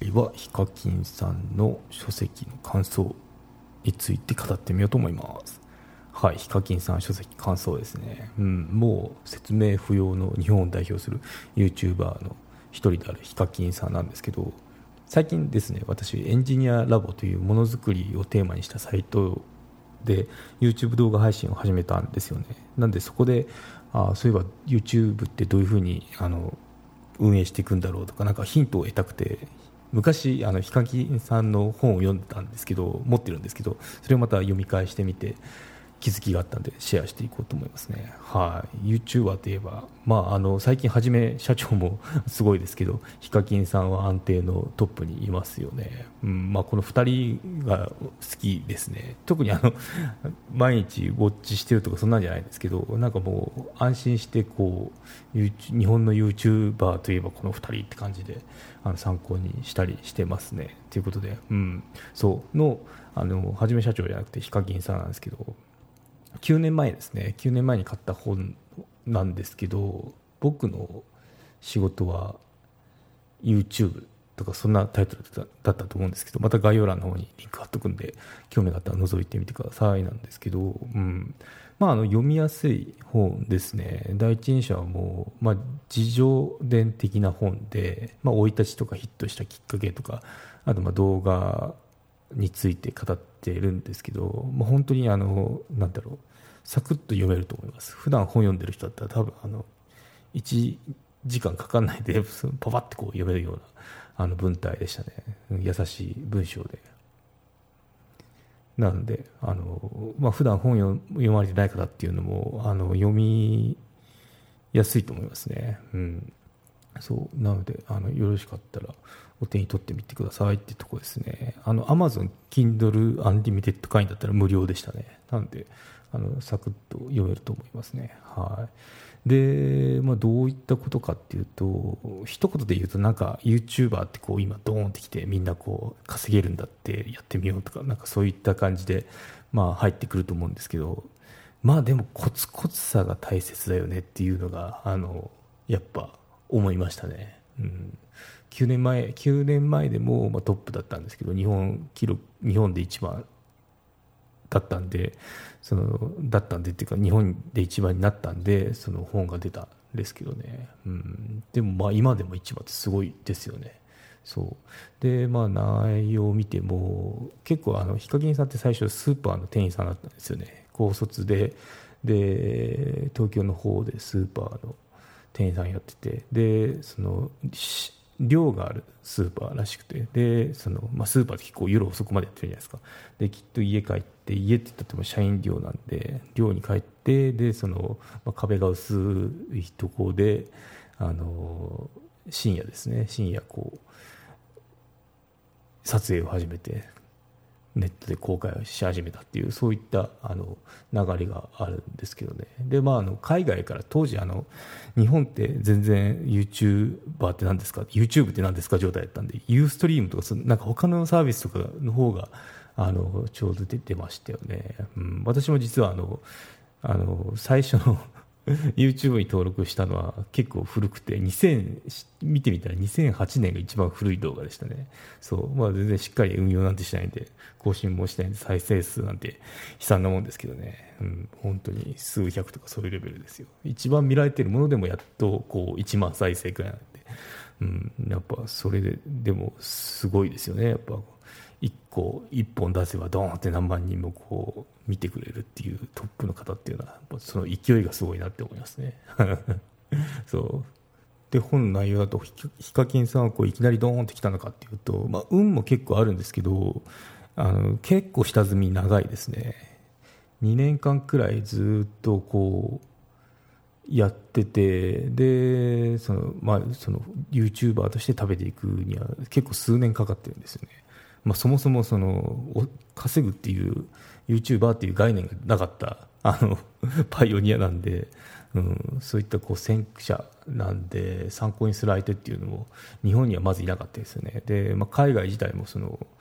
回はヒカキンさんの書籍の感想について語ってみようと思います。はい、ヒカキンさん書籍感想ですね、もう説明不要の日本を代表する YouTuber の一人であるヒカキンさんなんですけど、最近ですね、私エンジニアラボというものづくりをテーマにしたサイトで YouTube 動画配信を始めたんですよね。なんでそこでそういえば YouTube ってどういうふうに運営していくんだろうとか、なんかヒントを得たくて、昔ヒカキンさんの本を読んでたんですけど、持ってるんですけど、それをまた読み返してみて気づきがあったのでシェアしていこうと思いますね。はい、YouTuber といえば、最近はじめ社長もすごいですけど、ヒカキンさんは安定のトップにいますよね。この2人が好きですね。特に毎日ウォッチしてるとかそんなんじゃないんですけど、なんかもう安心して日本の YouTuber といえばこの2人って感じで参考にしたりしてますね。ということで、そうのはじめ社長じゃなくてヒカキンさんなんですけど、9年前ですね、9年前に買った本なんですけど、僕の仕事は YouTube とかそんなタイトルだったと思うんですけど、また概要欄の方にリンク貼っとくんで、興味があったら覗いてみてくださいなんですけど、読みやすい本ですね。第一印象はもう、自叙伝的な本で、生い立ちとかヒットしたきっかけとか、あと動画について語っているんですけど、本当にサクッと読めると思います。普段本読んでる人だったら多分1時間かかんないでパパッて読めるような文体でしたね。優しい文章で。なので普段本読まれてない方っていうのも読みやすいと思いますね。そうなのでよろしかったらお手に取ってみてくださいってとこですね。Amazon Kindle Unlimited 会員だったら無料でしたね。なのでサクッと読めると思いますね。はい。で、どういったことかっていうと、一言で言うとYouTuber って今ドーンってきてみんな稼げるんだってやってみようとか、そういった感じで入ってくると思うんですけど、でもコツコツさが大切だよねっていうのがやっぱ思いましたね。9年前でもトップだったんですけど、日本で一番だったんでっていうか日本で一番になったんで、その本が出たんですけどね。でも今でも一番ってすごいですよね。そうで内容を見ても結構ヒカキンさんって最初スーパーの店員さんだったんですよね。高卒で東京の方でスーパーの店員さんやってて、で寮があるスーパーらしくて、でスーパーって結構夜遅くまでやってるじゃないですか。できっと家帰って、家って言ったって社員寮なんで、寮に帰って、で壁が薄いところで深夜ですね、撮影を始めてネットで公開し始めたっていう、そういった流れがあるんですけどね。で海外から当時日本って全然 YouTuber って何ですか、 YouTube って何ですか状態だったんで、ユーストリームとか他のサービスとかの方がちょうど出てましたよね。私も実は最初のYouTube に登録したのは結構古くて、見てみたら2008年が一番古い動画でしたね。全然しっかり運用なんてしないんで、更新もしないんで、再生数なんて悲惨なもんですけどね。本当に数百とかそういうレベルですよ。一番見られているものでもやっと1万再生くらいなんで、やっぱそれでもすごいですよね。やっぱ一本出せばドーンって何万人も見てくれるっていうトップの方っていうのは、その勢いがすごいなって思いますね。そうで、本の内容だとヒカキンさんはいきなりドーンってきたのかっていうと、運も結構あるんですけど、結構下積み長いですね。2年間くらいずっとやってて、でYouTuber として食べていくには結構数年かかってるんですよね。そもそも稼ぐっていう YouTuber っていう概念がなかったパイオニアなんで、そういった先駆者なんで参考にする相手っていうのも日本にはまずいなかったですよね。で、海外自体も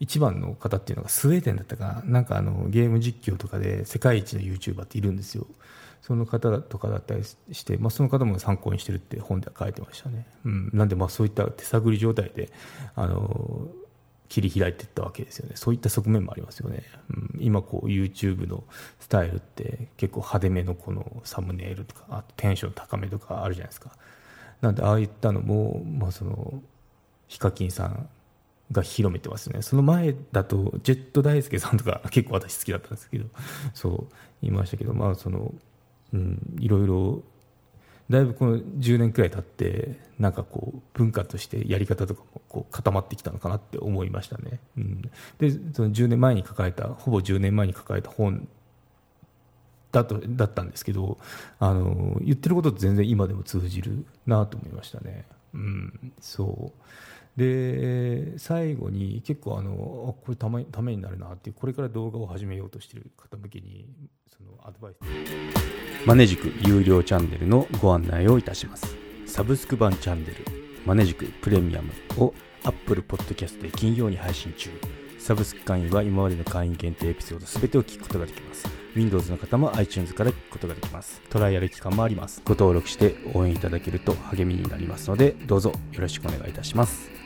一番の方っていうのがスウェーデンだったかな、なんかゲーム実況とかで世界一の YouTuber っているんですよ。その方とかだったりして、その方も参考にしてるって本では書いてましたね。なんでそういった手探り状態で切り開いていったわけですよね。そういった側面もありますよね。今こう YouTube のスタイルって結構派手めのこのサムネイルとか、あとテンション高めとかあるじゃないですか。なんでああいったのも、そのヒカキンさんが広めてますね。その前だとジェット大輔さんとか結構私好きだったんですけど、そう言いましたけど、いろいろだいぶこの10年くらい経ってなんかこう文化としてやり方とかもこう固まってきたのかなって思いましたね。でその10年前に書かれたほぼ10年前に書かれた本だったんですけど、言ってることって全然今でも通じるなと思いましたね。そうで最後に結構これためになるなっていう、これから動画を始めようとしている方向けにそのアドバイス、マネジク有料チャンネルのご案内をいたします。サブスク版チャンネルマネジクプレミアムを Apple Podcast で金曜に配信中。サブスク会員は今までの会員限定エピソード全てを聞くことができます。 Windows の方も iTunes から聞くことができます。トライアル期間もあります。ご登録して応援いただけると励みになりますので、どうぞよろしくお願いいたします。